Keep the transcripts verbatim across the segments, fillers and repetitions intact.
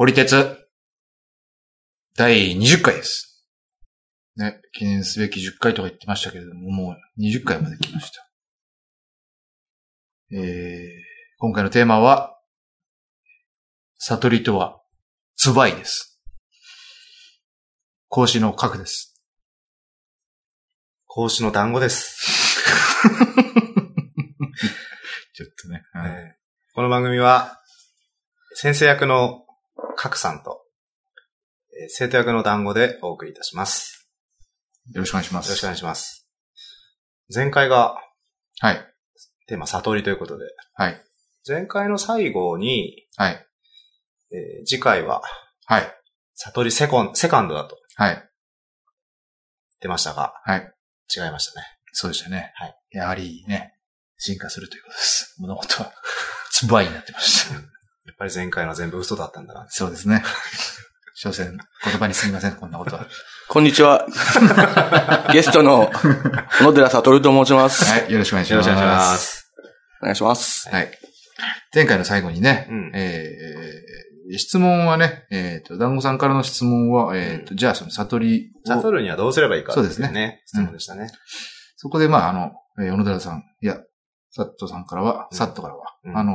ホリテツだいにじゅっかいです。ね、記念すべきじゅっかいとか言ってましたけれども、もうにじゅっかいまで来ました。えー、今回のテーマは、悟りとは、つばいです。孔子の核です。 孔子の団子です。 ちょっとね、はい、 えー。この番組は、先生役の核さんと、えー、生徒役の団子でお送りいたします。 よろしくお願いします。 よろしくお願いします。前回が、 はい。 テーマ、悟りということで、 はい。 前回の最後に、 はい。 えー、次回は、 はい。 悟りセコン、セカンドだと。 はい。 出ましたが、 はい。 違いましたね。 そうでしたね。 はい。 やはりね、進化するということです。物事は、つばいになってました。 やっぱり前回の全部嘘だったんだな。 そうですね。所詮、言葉にすみません、こんなことは。 こんにちは。ゲストの小野寺悟と申します。 はい、よろしくお願いします。 よろしくお願いします。 お願いします。 はい。前回の最後にね、うん、えー、質問はね、えっ、ー、と、団子さんからの質問は、えっ、ー、と、うん、じゃあその悟りを。 悟るにはどうすればいいか、ね。 そうですね。 質問でしたね。うん、 そこで、まあ、あの、えー、小野寺さん、いや、サットさんからは、うん、サットからは、うん、あのー、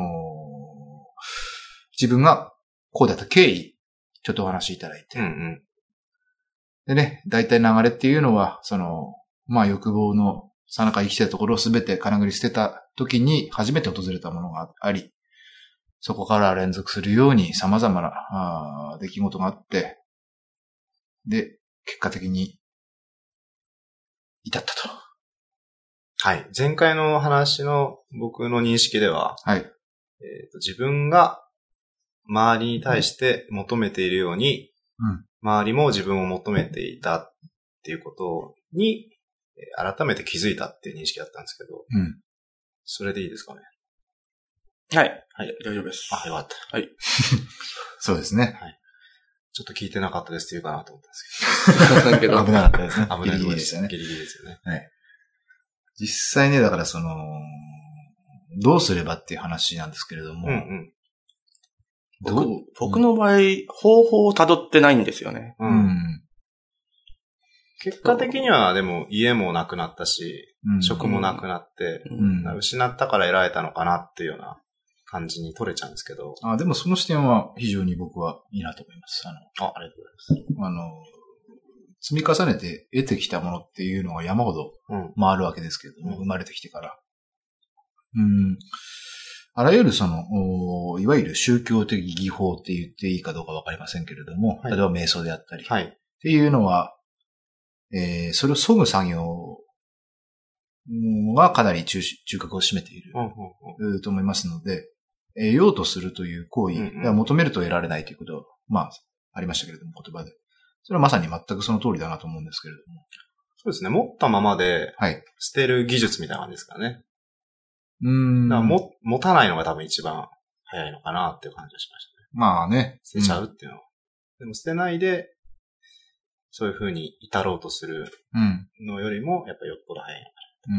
自分がこうだった経緯、ちょっとお話しいただいて。 うんうん、 でね、大体流れっていうのは、その、まあ欲望のさなか生きてたところをすべて金繰り捨てた時に初めて訪れたものがあり、そこから連続するように様々なあ出来事があって、で、結果的に至ったと。 はい。前回の話の僕の認識では、 はい。 えーと、自分が周りに対して求めているように、 うん、 周りも自分を求めていたっていうことに、改めて気づいたっていう認識だったんですけど、 うん、 それでいいですかね。 はい。はい。大丈夫です。 あ、よかった。 はい。 そうですね。 はい。ちょっと聞いてなかったですって言うかなと思ったんですけど。 危なかったですね。 危ないギリギリでしたね。 ギリギリですよね。 はい。実際ね、だからその、どうすればっていう話なんですけれども、 うんうん、 僕、僕の場合、方法を辿ってないんですよね。 うん。結果的にはでも家もなくなったし、うん、職もなくなって、うん、失ったから得られたのかなっていうような感じに取れちゃうんですけど。 あ、でもその視点は非常に僕はいいなと思います。あの、 あ、ありがとうございます。 あの、積み重ねて得てきたものっていうのが山ほど回るわけですけれども、うん、生まれてきてから。うん。あらゆるその、いわゆる宗教的技法って言っていいかどうかわかりませんけれども、はい、例えば瞑想であったり、 はい、 っていうのは、えー、それを削ぐ作業がかなり 中, 中核を占めている、うんうんうん、と思いますので、得ようとするという行為、うんうん、求めると得られないということは、まあ、ありましたけれども、言葉で。それはまさに全くその通りだなと思うんですけれども。 そうですね。持ったままで、捨てる技術みたいな感じですからね。うーん。だからも持たないのが多分一番早いのかなっていう感じがしましたね。 まあね。 捨てちゃうっていうのは。うん、でも捨てないで、そういう風に至ろうとするのよりも、やっぱりよっぽど早いのかな、 うん。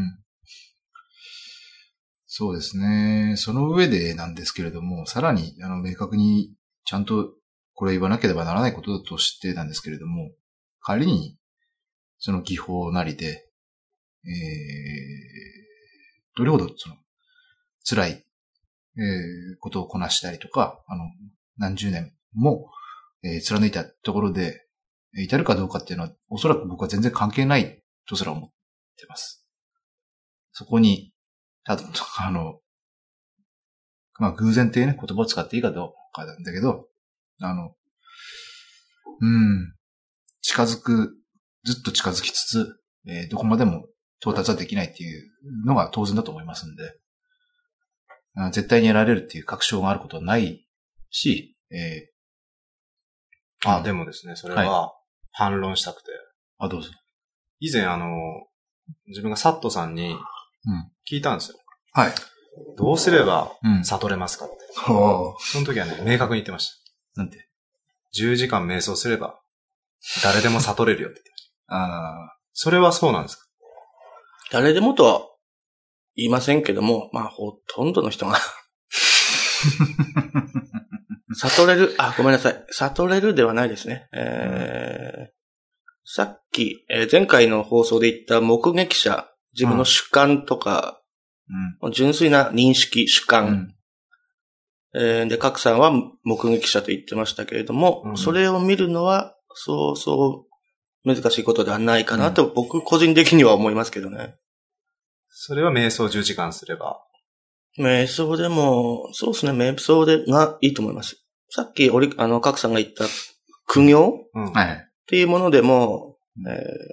そうですね。その上でなんですけれども、さらに、あの、明確にちゃんとこれ言わなければならないことだとしてなんですけれども、仮に、その技法なりで、えー、どれほどその、辛い、えー、ことをこなしたりとか、あの、何十年も、えー、貫いたところで、至るかどうかっていうのは、おそらく僕は全然関係ないとすら思ってます。そこに、ただ、あの、まあ、偶然っていうね、言葉を使っていいかどうかなんだけど、あの、うん、近づく、ずっと近づきつつ、えー、どこまでも到達はできないっていうのが当然だと思いますんで、あ絶対に得られるっていう確証があることはないし、えー、あ、でもですね、それは反論したくて。 はい、あ、どうぞ。 以前あの、自分がサットさんに聞いたんですよ。 うん、はい。 どうすれば悟れますかって。うん、その時はね、明確に言ってました。 なんてじゅうじかん瞑想すれば、誰でも悟れるよって言ってました。 ああ。 それはそうなんですか？ 誰でもとは言いませんけども、まあほとんどの人が悟れる、あ、ごめんなさい。悟れるではないですね。えー、さっき、えー前回の放送で言った目撃者、自分の主観とか、 うん。 純粋な認識、主観、 うん。 えーで、角さんは目撃者と言ってましたけれども、 うんそれを見るのは、そうそう難しいことではないかなと、僕個人的には思いますけどね。 それは瞑想じゅうじかんすれば。 瞑想でも、そうですね、瞑想でがいいと思います。さっき、おり、あの、角さんが言った苦行っうん。 はい。 ていうものでも、えー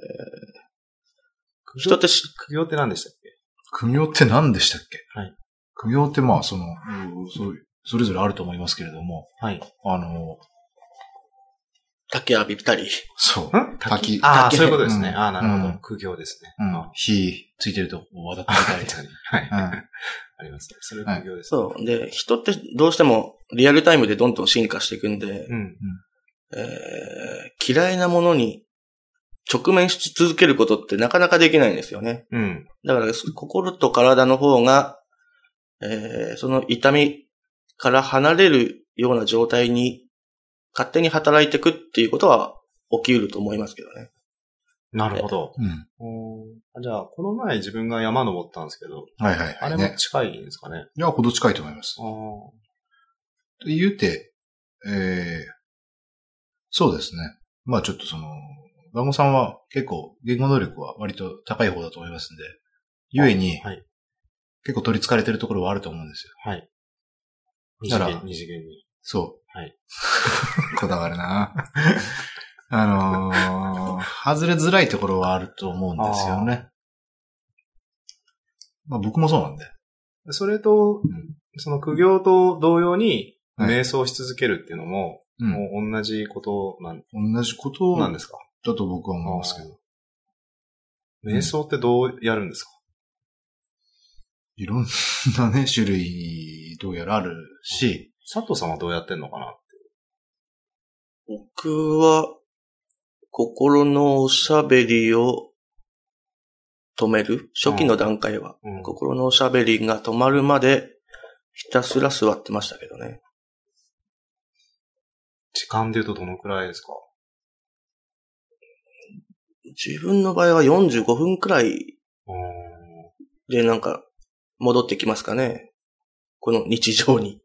苦行人ってし、 苦行って何でしたっけ？ 苦行って何でしたっけ？ はい。 苦行ってまあ、その、うんそうそれぞれあると思いますけれども、 はい。 あの、 竹浴びたり、 そう。 ん滝。 ああ、 滝そういうことですね。 うんああ、なるほど。 うん苦行ですね。 うんあ。 火ついてるとこ渡ってあみたり。 確かに。はい。 うんありますね。それ苦行です。 そう。で、人ってどうしてもリアルタイムでどんどん進化していくんで、 うん。 えー嫌いなものに直面し続けることってなかなかできないんですよね。 うん。 だから、心と体の方が、えーその痛みから離れるような状態に勝手に働いていくっていうことは起きうると思いますけどね。 なるほど。 うん。 おーじゃあ、この前自分が山登ったんですけど、 はいはいはい。 あれもね。 近いんですかね。 いや、ほど近いと思います。 あーと言うて、えー、そうですね。まあちょっとその、番号さんは結構言語能力は割と高い方だと思いますんで、ゆえにはい。 結構取り憑かれてるところはあると思うんですよ。 はい。二だから次元、二次元に。 そう。 はい。 こだわるなあのー、外れづらいところはあると思うんですよね。まあ僕もそうなんで。 それと、その苦行と同様に、 はい瞑想し続けるっていうのも、 うん。 もう同じことなん同じことだなんですか？ と僕は思いますけど。 瞑想ってどうやるんですか？ いろんなね、種類どうやらあるし、 佐藤さんはどうやってんのかな？ 僕は、心のおしゃべりを止める。初期の段階は。 うん心のおしゃべりが止まるまで、ひたすら座ってましたけどね。 時間で言うとどのくらいですか？ 自分の場合はよんじゅうごふんくらいうでなんか戻ってきますかね。この日常に。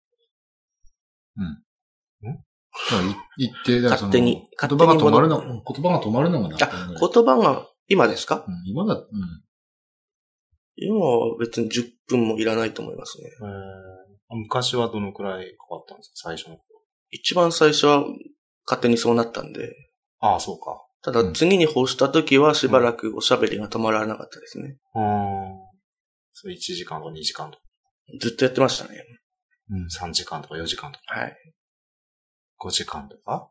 まあい言って、だからその勝手に言葉が止まるの、 勝手に言葉が止まるのが何分あ、 ぐらい言葉が、今ですか？ うん、今だ、うん。 今は別にじゅっぷんもいらないと思いますね。 ん。えー、昔はどのくらいかかったんですか？最初の頃。 一番最初は勝手にそうなったんで。 ああ、そうか。 ただ次に干した時はしばらくおしゃべりが止まらなかったですね。 うん。それいちじかんとかにじかんとか、 ずっとやってましたね。 うん。 さんじかんとかよじかんとか、 はい。 ごじかんとか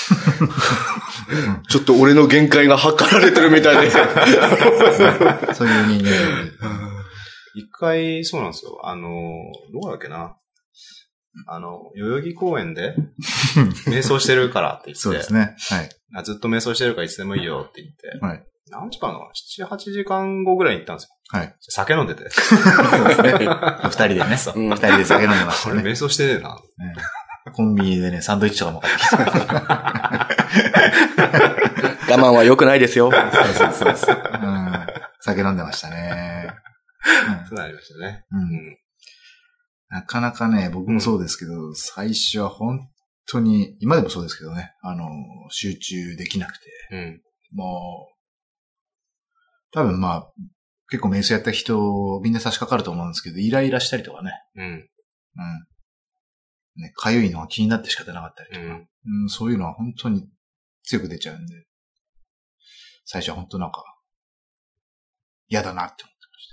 ちょっと俺の限界が測られてるみたいで。 そういう人間一回、そうなんですよ。あの、どこだっけな。あの、代々木公園で、瞑想してるからって言って、 そうですね。はい。 あずっと瞑想してるからいつでもいいよって言って、 はい。 何時間かな ?なな、はちじかんごぐらいに行ったんですよ。 はい。 酒飲んでて。 そうですね。二人でね。 そううん二人で酒飲んでましこれたね。 瞑想してねえな。 ねコンビニでね、サンドイッチとかも買ってきて。 我慢は良くないですよ。 そうそうそうそう。うん。酒飲んでましたね。 そうなりましたね。 うん。うんなかなかね、僕もそうですけど、最初は本当に、今でもそうですけどね、あの、集中できなくて、 うん。 もう、多分まあ、結構瞑想やった人、みんな差し掛かると思うんですけど、イライラしたりとかね、 うん。 うん。ね、かゆいのが気になって仕方なかったりとか、 うん。 うん、そういうのは本当に強く出ちゃうんで、最初は本当なんか、嫌だなって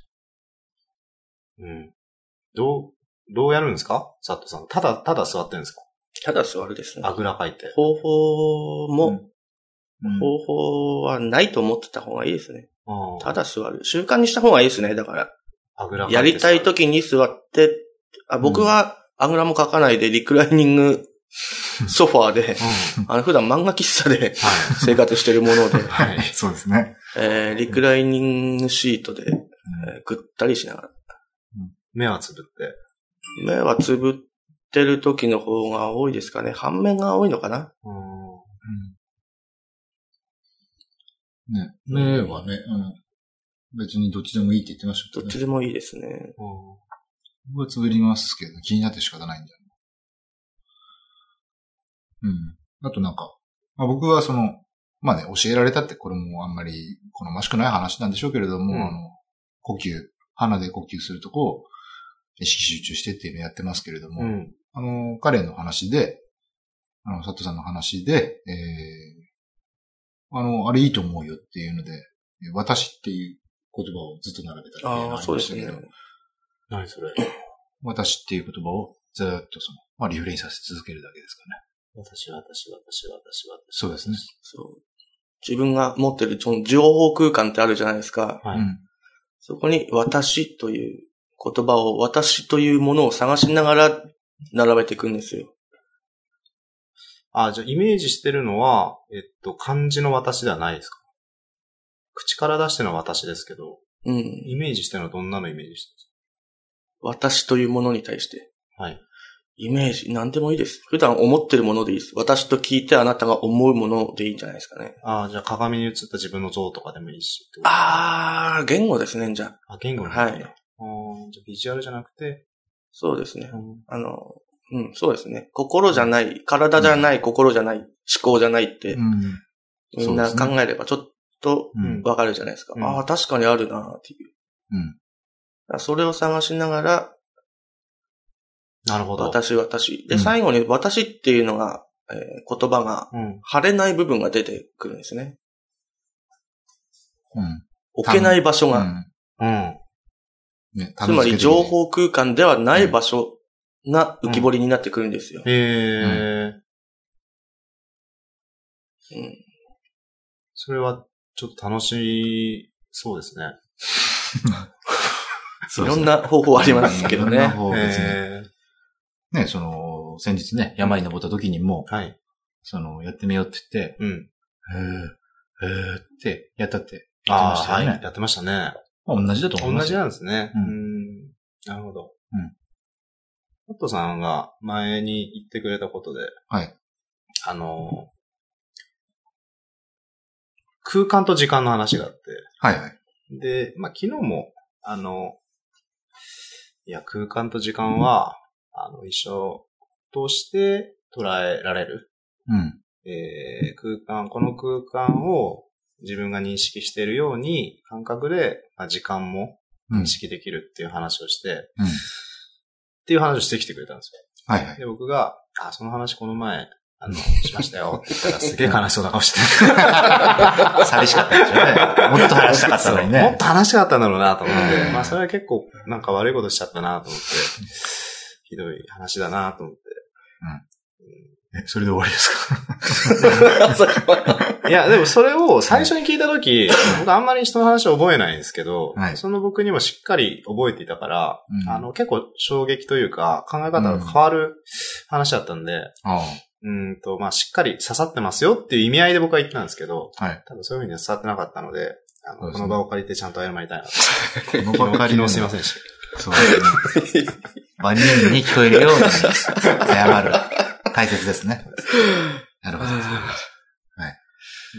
思ってうん。どう、どうやるんですか佐藤さん。ただ、ただ座ってるんですか？ ただ座るですね。 あぐらかいて。 方法も、 うんうん方法はないと思ってた方がいいですね。 あただ座る。習慣にした方がいいですね。だから、 あぐらかいて。 やりたい時に座って、あ僕はあぐらもかかないでリクライニングソファーで、 うん。 あの普段漫画喫茶ではい。 生活してるもので、 はい。 そうですね。 えーリクライニングシートで、えーぐったりしながら。 目はつぶって。 目はつぶっってる時の方が多いですかね。反面が多いのかな。 うん。ね。目はね、うん、別にどっちでもいいって言ってましたけどね。 どっちでもいいですね。 僕はつぶりますけど、気になって仕方ないんだよ。うん。あとなんか、まあ、僕はその、まあね、教えられたってこれもあんまり好ましくない話なんでしょうけれども、うん、あの、呼吸、鼻で呼吸するとこを意識集中してっていうのをやってますけれども、うん、あの、彼の話で、あの、佐藤さんの話で、えー、あの、あれいいと思うよっていうので、私っていう言葉をずっと並べたら、 ああ、そうですね。 何それ私っていう言葉をずっとその、まあ、リフレインさせ続けるだけですかね。 私、私、私、私、私。 そうですね。 そう。自分が持ってるその情報空間ってあるじゃないですか。 はい。 そこに私という言葉を、私というものを探しながら並べていくんですよ。 あ、じゃあイメージしてるのは、えっと、漢字の私ではないですか？口から出してるのは私ですけど、 うん。 イメージしてるのはどんなのイメージしてるんですか？私というものに対して。 はい。 イメージ、何でもいいです。普段思ってるものでいいです。私と聞いてあなたが思うものでいいんじゃないですかね。 ああ、じゃあ鏡に映った自分の像とかでもいいし。 ああ、言語ですね、じゃあ。 あ、言語はい。あじゃあビジュアルじゃなくて。 そうですね。うん、あの、うん、そうですね。心じゃない、体じゃない、うん、心じゃない、思考じゃないって、うん、みんな考えればちょっとわかるじゃないですか。うん、ああ、確かにあるなっていう。うん、それを探しながら、 なるほど。 私、私。で、うん、最後に私っていうのが、えー、言葉が、晴れない部分が出てくるんですね。 うん。 置けない場所が。うん。 うんね、つまり情報空間ではない場所が浮き彫りになってくるんですよ。 うん、へー。 うん。 それはちょっと楽しそうですね。 いろんな方法ありますけどね。いろんな方法別に。ね、その、先日ね、山に登った時にも、 はい。 その、やってみようって言って、 うん。 へー、へーってやったって言ってましたよね。あ、はい。やってましたね。 まあ、同じだと思います。 同じなんですね。 うん。 うんなるほど。 うん。 ホットさんが前に言ってくれたことで、 はい。 あの、空間と時間の話があって、 はいはい。 で、まあ、昨日も、あの、いや、空間と時間は、あの、一緒として捉えられる。 うん。 えー、空間、この空間を自分が認識しているように、感覚で、まあ、時間も認識できるっていう話をして、 うん、 っていう話をしてきてくれたんですよ。 はいはい。 で、僕が、あ、その話この前、あの、しましたよって言ったらすげえ悲しそうな顔して寂しかったでしょうね。もっと話したかったのにね。 もっと話したかったんだろうなと思って、まあそれは結構なんか悪いことしちゃったなと思って、ひどい話だなと思って。 うん。え、それで終わりですかいや、でもそれを最初に聞いたとき、僕あんまり人の話を覚えないんですけど、はい、その僕にもしっかり覚えていたから、うん、あの結構衝撃というか考え方が変わる話だったんで、 うんうんと、まあ、しっかり刺さってますよっていう意味合いで僕は言ったんですけど、 はい。 多分そういうふうには伝わってなかったので、あの、この場を借りてちゃんと謝りたいなと。 この場を借りてすいませんし。 そうですね。万人に聞こえるように謝る。大切ですね。なるほど。はい。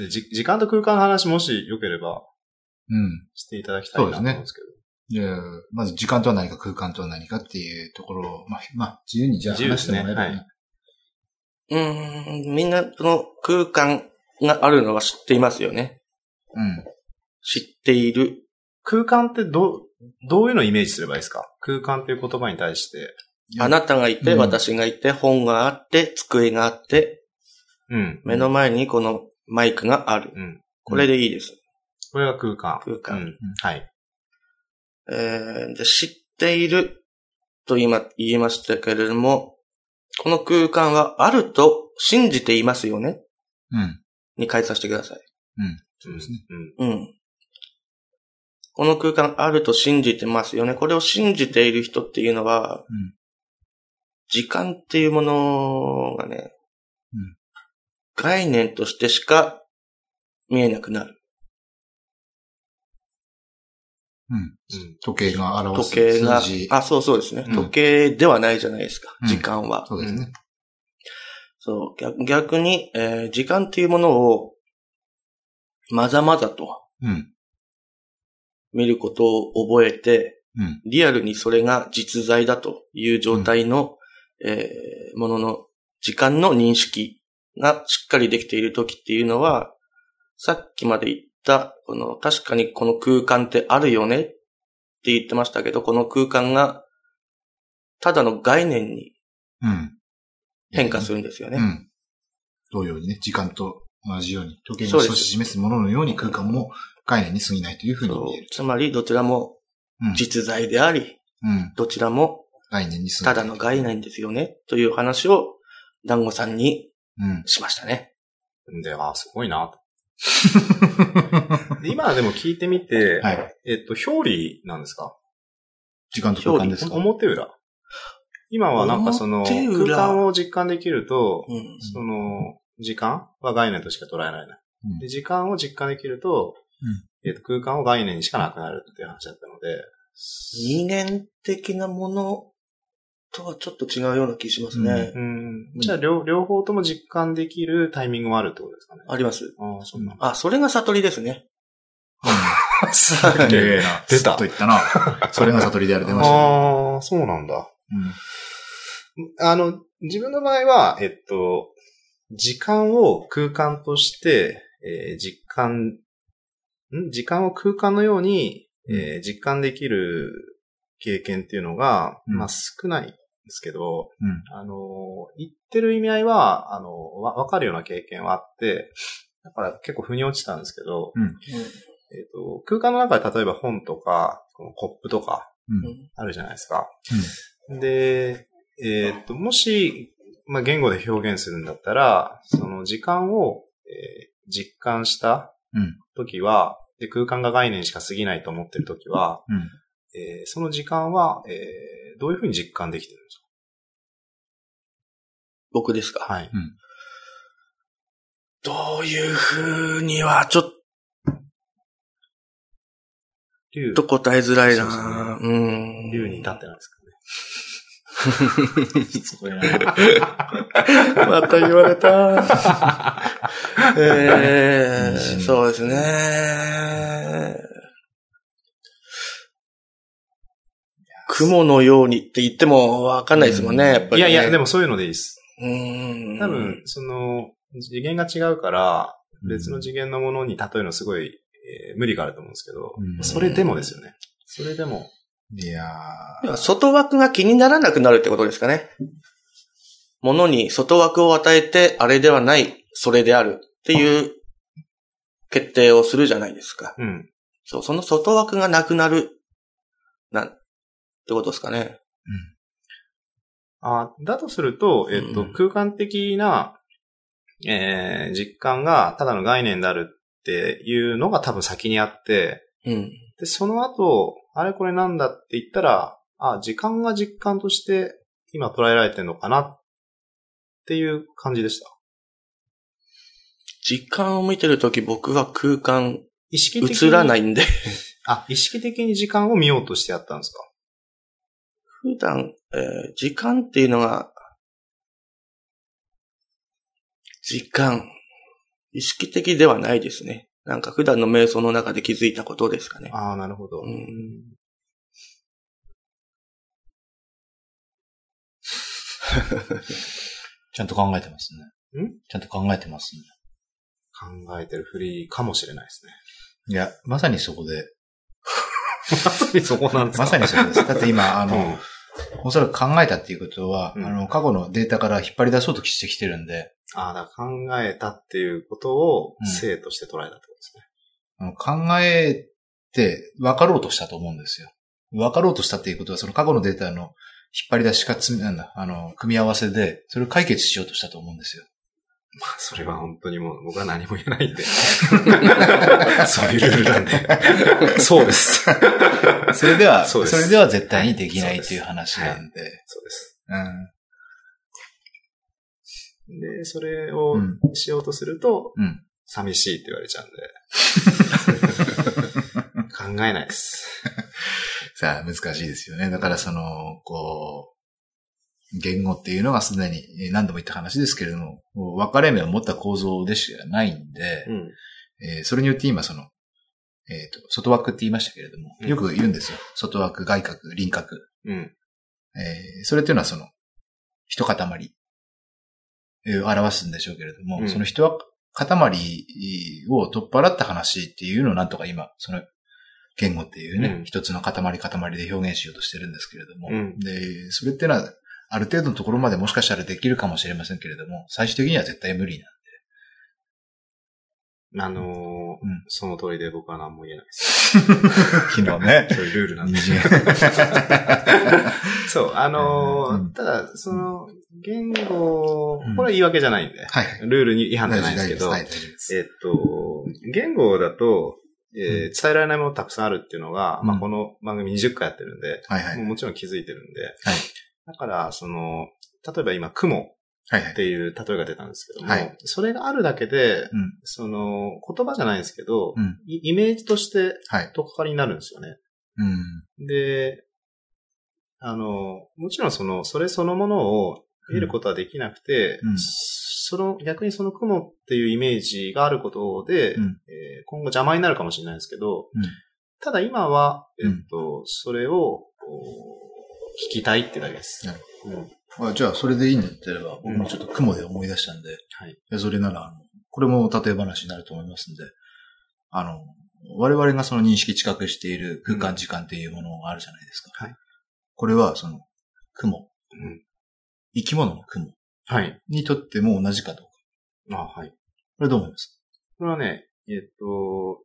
で、じ、時間と空間の話もしよければ、 うん。 していただきたいなと思うんですけど。 じゃあ、まず時間とは何か空間とは何かっていうところを、まあ、まあ、自由にじゃあ話してもらえればね。 うーん、みんなその空間があるのは知っていますよね。 うん。 知っている。 空間ってどう、どういうのをイメージすればいいですか？空間っていう言葉に対して。 あなたがいて、うん、私がいて、本があって、机があって、 うん。 目の前にこのマイクがある。 うん。 これでいいです。 これが空間。 空間。 うん、はい。 えー、で、知っていると今言いましたけれども、この空間はあると信じていますよね。 うん。 に変えさせてください。 うん。そうですね。 うん。うん。この空間あると信じてますよね。これを信じている人っていうのは、 うん、 時間っていうものがね、 うん、 概念としてしか見えなくなる。 うん。時計が表す時計が数字。 あ、そうそうですね。うん、時計ではないじゃないですか。うん、時間は。 そうですね。 そう、逆、逆に、えー、時間っていうものを、まざまざと、見ることを覚えて、うん、リアルにそれが実在だという状態の、うん、えー、ものの時間の認識がしっかりできているときっていうのは、さっきまで言った、この、確かにこの空間ってあるよねって言ってましたけど、この空間が、ただの概念に、変化するんですよね。うん。うん、 同様にね、時間と同じように、時計が指し示すもののように空間も概念に過ぎないというふうに見える。 つまり、どちらも実在であり、うん、どちらも概念に過ぎない。 ただの概念ですよね、という話を、団子さんにしましたね。 うん、で、あ、すごいな。今でも聞いてみて、はい、えっと、表裏なんですか？ 時間と空間ですか？ 表裏。今はなんかその、空間を実感できると、うん、その、時間は概念としか捉えられない。うん、で時間を実感できると、うんえっと、空間は概念にしかなくなるっていう話だったので。 二元的なものとはちょっと違うような気しますね。 うん、うん、じゃあ両、両方とも実感できるタイミングもあるってことですかね？ あります。 ああ、そんな。 あ、それが悟りですね。 うん、すげえな。出た。と言ったな。それが悟りである。出ました、ね。 ああ、そうなんだ。うん、あの、自分の場合は、えっと、時間を空間として、えー、実感、ん時間を空間のように、えー、実感できる経験っていうのが、うん、まあ少ないんですけど、うん、あの、言ってる意味合いは、あの、わ、わかるような経験はあって、だから結構腑に落ちたんですけど、うん、えっと、空間の中で例えば本とか、このコップとか、あるじゃないですか。うん、で、えー、っと、もし、まあ、言語で表現するんだったら、その時間を、えー、実感した時は、うん、で、空間が概念しか過ぎないと思ってる時は、うんえー、その時間は、えー、どういうふうに実感できてるんですか？ 僕ですか？ はい。うん、 どういうふうには、ちょっと答えづらいな。そうですね、うん。竜に立ってなんですかね。 しつこいな。また言われた。えー、そうですね。雲のようにって言ってもわかんないですもんね、やっぱり、ね。 いやいや、でもそういうのでいいです。うん多分、その、次元が違うから、別の次元のものに例えるのすごい、えー、無理があると思うんですけど、それでもですよね。それでも。 いやー。外枠が気にならなくなるってことですかね。ものに外枠を与えて、あれではない、それであるっていう決定をするじゃないですか。うん。そう、その外枠がなくなる、なん、ってことですかね。 うん。あ、だとすると、えっと、うん、空間的な、えー、実感がただの概念であるっていうのが多分先にあって、うん。で、その後、あれこれなんだって言ったら、あ、時間が実感として今捉えられてるのかなっていう感じでした。 時間を見てるとき僕は空間意識的に映らないんで。 あ、意識的に時間を見ようとしてやったんですか？ 普段、えー、時間っていうのが、時間、意識的ではないですね。なんか普段の瞑想の中で気づいたことですかね。 ああ、なるほど。うん、 ちゃんと考えてますね。んちゃんと考えてますね。 考えてるふりかもしれないですね。 いや、まさにそこで。 まさにそこなんですか？ まさにそこです。だって今、あの、うん、おそらく考えたっていうことは、うん、あの、過去のデータから引っ張り出そうとしてきてるんで。 ああ、だから考えたっていうことを生として捉えたってことですね。 うん、考えて分かろうとしたと思うんですよ。分かろうとしたっていうことは、その過去のデータの引っ張り出しかつ、なんだ、あの、組み合わせで、それを解決しようとしたと思うんですよ。 まあ、それは本当にもう、僕は何も言えないんで。そういうルールなんで。そうです。 それでは、それでは絶対にできないという話なんで。はい、 そうです。うん。で、それをしようとすると、うん、寂しいって言われちゃうんで。考考えないです。 さあ、難しいですよね。だからその、こう、言語っていうのがすでに何度も言った話ですけれども、分かれ目を持った構造でしかないんで、うんえー、それによって今その、えっと、外枠って言いましたけれども、よく言うんですよ。外枠、外角、輪郭。うんえー、それっていうのはその、一塊、えー、表すんでしょうけれども、うん、その一塊を取っ払った話っていうのをなんとか今、その、言語っていうね、うん、一つの塊塊で表現しようとしてるんですけれども、うん、で、それってのは、ある程度のところまでもしかしたらできるかもしれませんけれども、最終的には絶対無理なんで。あのー、うん、その通りで僕は何も言えないです。 昨日ね。 そういうルールなんで。そう、あのーうん、ただ、その、言語、これは言い訳じゃないんで、うんはい、ルールに違反じゃないんですけど、はい、えっと、言語だと、えー、伝えられないものたくさんあるっていうのが、うん、まあ、この番組にじゅっかいやってるんで、はいはい、も, もちろん気づいてるんで、はい、だから、その、例えば今、雲っていう例えが出たんですけども、はいはい、それがあるだけで、うん、その、言葉じゃないんですけど、うん、イメージとして、とっかかりになるんですよね。うん、で、あの、もちろんその、それそのものを得ることはできなくて、うん、その、逆にその雲っていうイメージがあることで、うんえー、今後邪魔になるかもしれないですけど、うん、ただ今は、えっと、それを、聞きたいってだけです。 うん、あじゃあ、それでいいんだったらば、僕もちょっと雲で思い出したんで、うん、それなら、あの、これも例え話になると思いますんで、あの、我々がその認識知覚している空間時間っていうものがあるじゃないですか。はい、これは、その、雲、うん、生き物の雲にとっても同じかどうか。あはい。これどう思います？ これはね、えっと、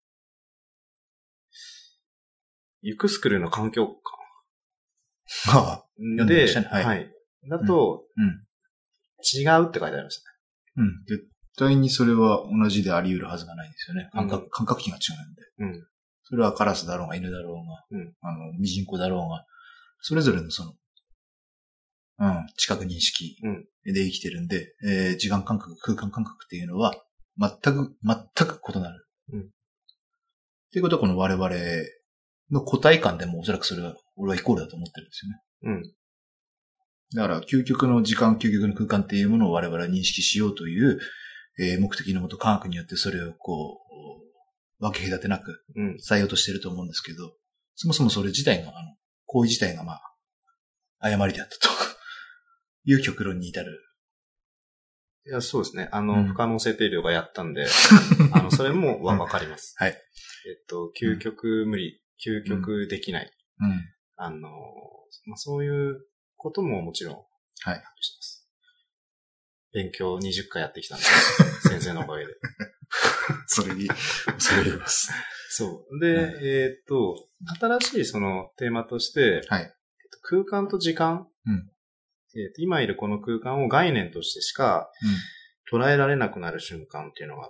ユクスクルの環境感。ああ。で、はい、はい。だと、うんうん、違うって書いてありましたね。うん。絶対にそれは同じであり得るはずがないんですよね。感覚、うん、感覚器が違うんで。うん。それはカラスだろうが、犬だろうが、うん、あの、ミジンコだろうが、それぞれのその、うん、知覚認識で生きてるんで、うんえー、時間感覚、空間感覚っていうのは、全く、全く異なる。うん。っていうことは、この我々の個体感でもおそらくそれは、俺はイコールだと思ってるんですよね。うん。だから、究極の時間、究極の空間っていうものを我々は認識しようという、えー、目的のもと科学によってそれをこう、分け隔てなく伝えようとしてると思うんですけど、うん、そもそもそれ自体が、あの、行為自体がまあ、誤りであったという極論に至る。 いや、そうですね。あの、うん、不可能性定量がやったんで、あの、それもわかります。はい。えっと、究極無理、究極できない。うん。あの、まあ、そういうことももちろん、はい。します。勉強にじゅっかいやってきたんで、先生のおかげで。 それに、それ言います。 そう。で、はい、えー、っと、新しいそのテーマとして、はい。空間と時間、うんえー、今いるこの空間を概念としてしか捉えられなくなる瞬間っていうのがあって、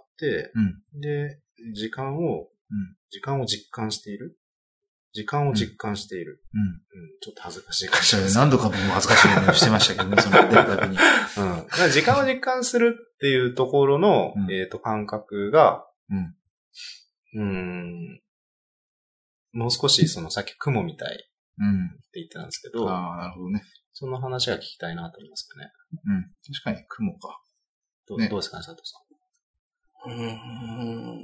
うん、で、時間を、うん、時間を実感している時間を実感している。うん。うん、ちょっと恥ずかしい感じです。 何度か僕も恥ずかしい思いしてましたけどね、その出るたびに。 うん。だから時間を実感するっていうところの、うん、えっと、感覚が、うん。うーん。もう少し、その、さっき雲みたい。うん。って言ってたんですけど。 ああ、なるほどね。 その話が聞きたいなと思いますかね。 うん。確かに雲か。 どう、ね、どうですかね、佐藤さん。うーん。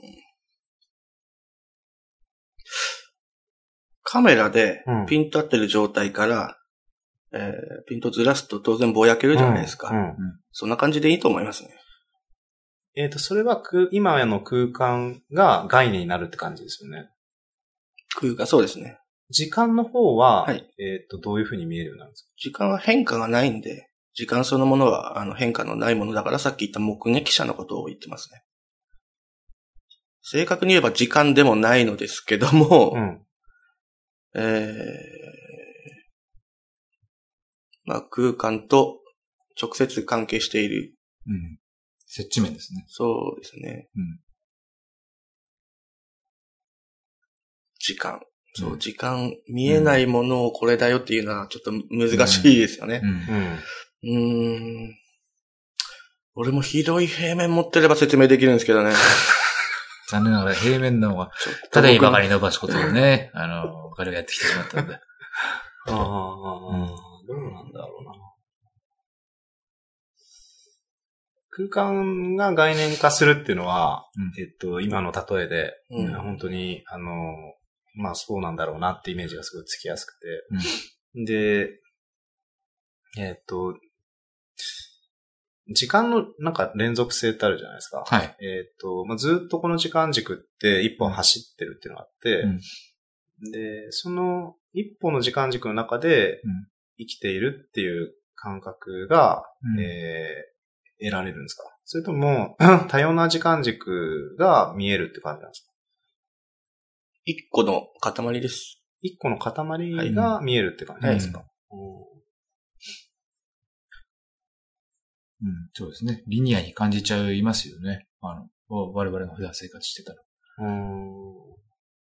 カメラでピント合ってる状態から、うんえー、ピントずらすと当然ぼやけるじゃないですか。うんうん、そんな感じでいいと思いますね。 えっと、それは今の空間が概念になるって感じですよね。 空間、そうですね。 時間の方は、はい、えっと、どういうふうに見えるようになるんですか？ 時間は変化がないんで、時間そのものはあの変化のないものだからさっき言った目撃者のことを言ってますね。正確に言えば時間でもないのですけども、うんえー、まあ空間と直接関係している。 うん。接地面ですね。 そうですね。うん。時間。そう、うん、時間、見えないものをこれだよっていうのはちょっと難しいですよね。うん。うん。うーん俺も広い平面持ってれば説明できるんですけどね。 残念ながら平面の方が、縦にばかり伸ばすことをね、あの、彼がやってきてしまったんで。ああ、ああ、どうなんだろうな。空間が概念化するっていうのは、うん、えっと、今の例えで、うん、本当に、あの、まあそうなんだろうなってイメージがすごいつきやすくて。うん、で、えっと、時間のなんか連続性ってあるじゃないですか。 はい。 えっと、まあ、ずっとこの時間軸って一本走ってるっていうのがあって、うん、で、その一本の時間軸の中で生きているっていう感覚が、うん、えー、得られるんですか？それとも多様な時間軸が見えるって感じなんですか？ 一個の塊です。 一個の塊が見えるって感じですか？はい、うんうん、そうですね。リニアに感じちゃいますよね。あの、我々の普段生活してたら。うーん。うん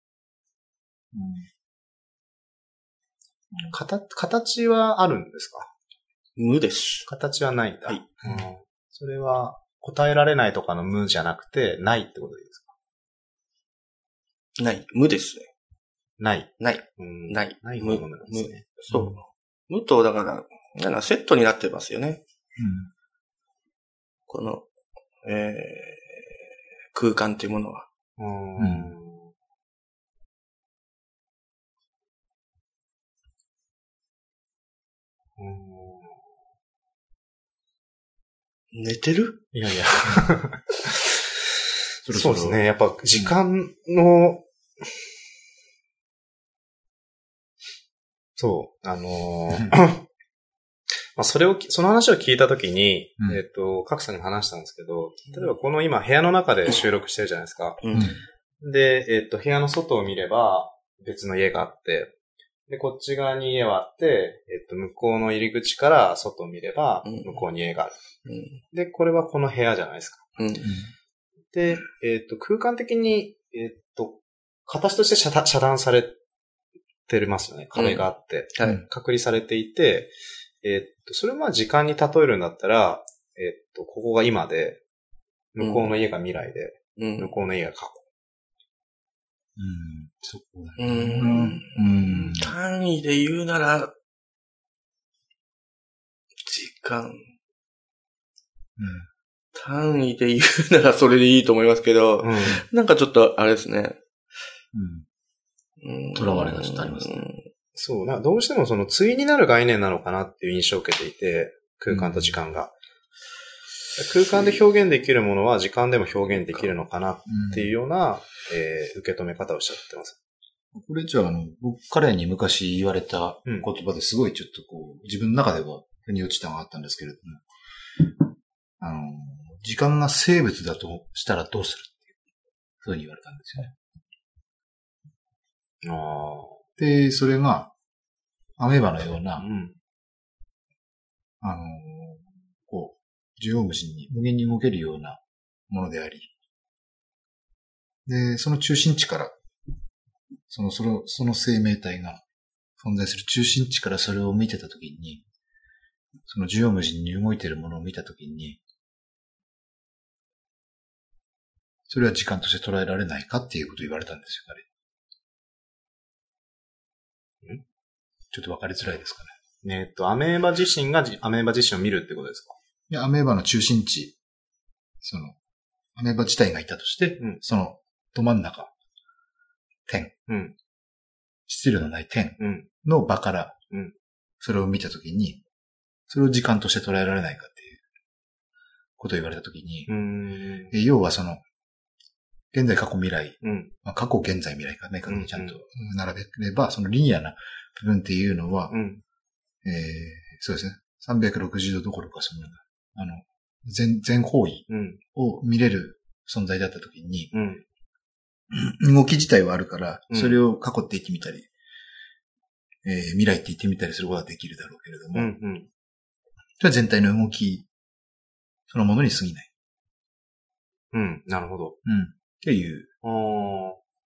うん、形、形はあるんですか？ 無です。 形はないんだ。 はい。 うん、それは答えられないとかの無じゃなくて、ないってことでいいですか？ない。無ですね。 ない。 ない。 うん、 ない。 ないものなんですね。 そう。うん、無と、だから、なんかセットになってますよね。うん。この、えー、空間っていうものは。うん。うん、寝てる？ いやいや。そうですね。やっぱ時間の、うん、そう、あのー、まあそれを、その話を聞いたときに、うん、えっと、格さんに話したんですけど、例えばこの今部屋の中で収録してるじゃないですか。うん、で、えっと、部屋の外を見れば別の家があって、で、こっち側に家はあって、えっと、向こうの入り口から外を見れば向こうに家がある。うん、で、これはこの部屋じゃないですか。うん、で、えっと、空間的に、えっと、形として遮断、遮断されてますよね。壁があって。うん、はい、隔離されていて、えっと、それは時間に例えるんだったら、えっと、ここが今で、向こうの家が未来で、うん、向こうの家が過去。 うん、そこだね。うん。うん。単位で言うなら、時間。うん。単位で言うならそれでいいと思いますけど、うん、なんかちょっとあれですね。 うん。囚われがちょっとありますね。うん、 そうな、どうしてもその対になる概念なのかなっていう印象を受けていて、空間と時間が。うん、空間で表現できるものは時間でも表現できるのかなっていうような、うん、えー、受け止め方をしちゃってます。 これじゃあ、あの、僕、彼に昔言われた言葉ですごいちょっとこう、自分の中では腑に落ちたのがあったんですけれども、あの、時間が生物だとしたらどうするっていう、そういうふうに言われたんですよね。ああ。で、それが、アメーバのような、うん、あの、こう、縦横無尽に無限に動けるようなものであり、で、その中心地から、その、その、その生命体が存在する中心地からそれを見てたときに、その縦横無尽に動いているものを見たときに、それは時間として捉えられないかっていうことを言われたんですよ、あれ。んちょっとわかりづらいですかね。えっと、アメーバ自身がアメーバ自身を見るってことですか？ いや、アメーバの中心地、その、アメーバ自体がいたとして、うん、その、ど真ん中、点、うん、質量のない点の場から、それを見たときに、それを時間として捉えられないかっていうことを言われたときに、うん要はその、現在、過去、未来、うんまあ、過去、現在、未来か明確にちゃんと並べれば、そのリニアな部分っていうのは、うんえー、そうですね、さんびゃくろくじゅうどどころか、その、あの、全、全方位を見れる存在だったときに、うん、動き自体はあるから、それを過去って言ってみたり、えー、未来って言ってみたりすることはできるだろうけれども、うんうん、それは全体の動きそのものに過ぎない。 うん、なるほど。 うん。っていう。ああ。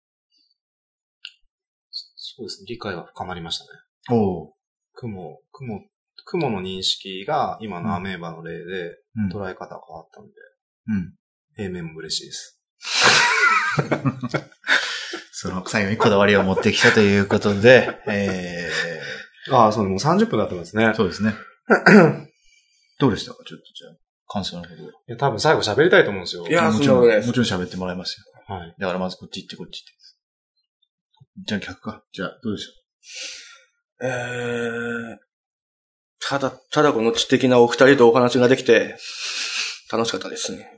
そうですね。理解は深まりましたね。おう。 雲、雲、雲の認識が今のアメーバの例で捉え方が変わったんで、うん。平面も嬉しいです。 その最後にこだわりを持ってきたということで、えー、ああ、そうね、もうさんじゅっぷんだったんですね。 そうですね。どうでしたかちょっとじゃあ、感想のことを。いや、多分最後喋りたいと思うんですよ。 いや、もちろん、もちろん喋ってもらいますよ。はい。 だからまずこっち行ってこっち行って。じゃあ逆か。じゃあ、どうでしょう。えー、ただ、ただこの知的なお二人とお話ができて、楽しかったですね。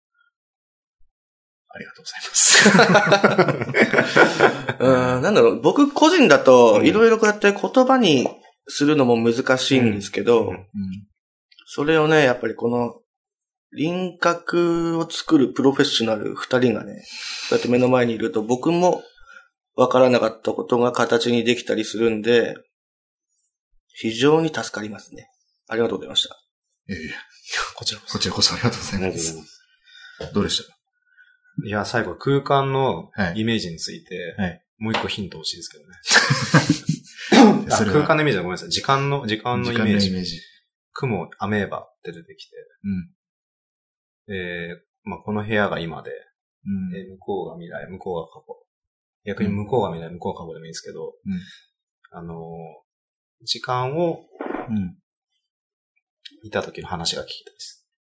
ありがとうございます。 うん、なんだろう、僕個人だと、いろいろこうやって言葉にするのも難しいんですけど、うんうん、それをね、やっぱりこの輪郭を作るプロフェッショナル二人がね、こうやって目の前にいると僕もわからなかったことが形にできたりするんで、非常に助かりますね。ありがとうございました。 いやいや、こちらこそ。こちらこそありがとうございます。どうでしたか？ いや、最後空間のイメージについて、はい、もう一個ヒント欲しいですけどね。それ空間のイメージはごめんなさい。時間の、時間のイメージ。時間のイメージ。雲、アメーバって出てきて、うん、えー、まあ、この部屋が今で、うんえー、向こうが未来、向こうが過去。逆に向こうが未来、向こうが過去でもいいんですけど、うん、あのー、時間を、うん、見た時の話が聞きたいです。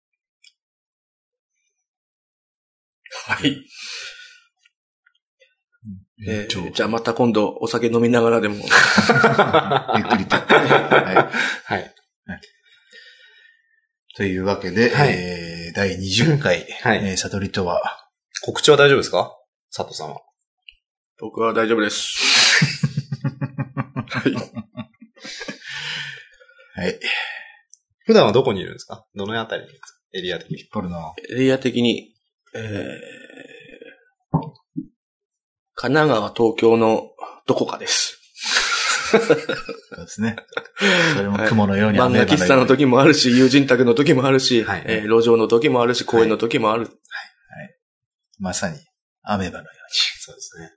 はい。えー、じゃあまた今度お酒飲みながらでも。ゆっくりと。 はい。はい。というわけで、はいえー、だいにじゅっかい、はいえー、悟りとは。 告知は大丈夫ですか？佐藤さんは。 僕は大丈夫です。はい。 はい。普段はどこにいるんですか？どのあたりにいるんですか？エリア的に。 引っ張るな。 エリア的に。えー、神奈川、東京のどこかです。 そうですね。それも雲のように、 はい、漫画喫茶の時もあるし、友人宅の時もあるし、はいえー、路上の時もあるし、公園の時もある。はい。はいはい、まさに、アメーバのように。 そうですね。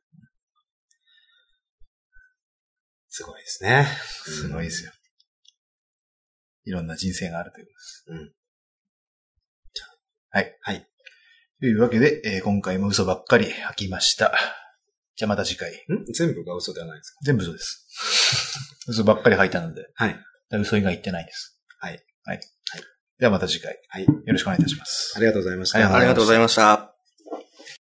すごいですね。 すごいですよ。いろんな人生があるということです。うん。じゃあはい。はい。というわけで、えー、今回も嘘ばっかり吐きました。じゃあまた次回。 ん全部が嘘ではないですか？ 全部嘘です。嘘ばっかり吐いたので。はい。嘘以外言ってないです。はい。はい。はい。ではまた次回。はい。よろしくお願いいたします。 ありがとうございました。 ありがとうございました。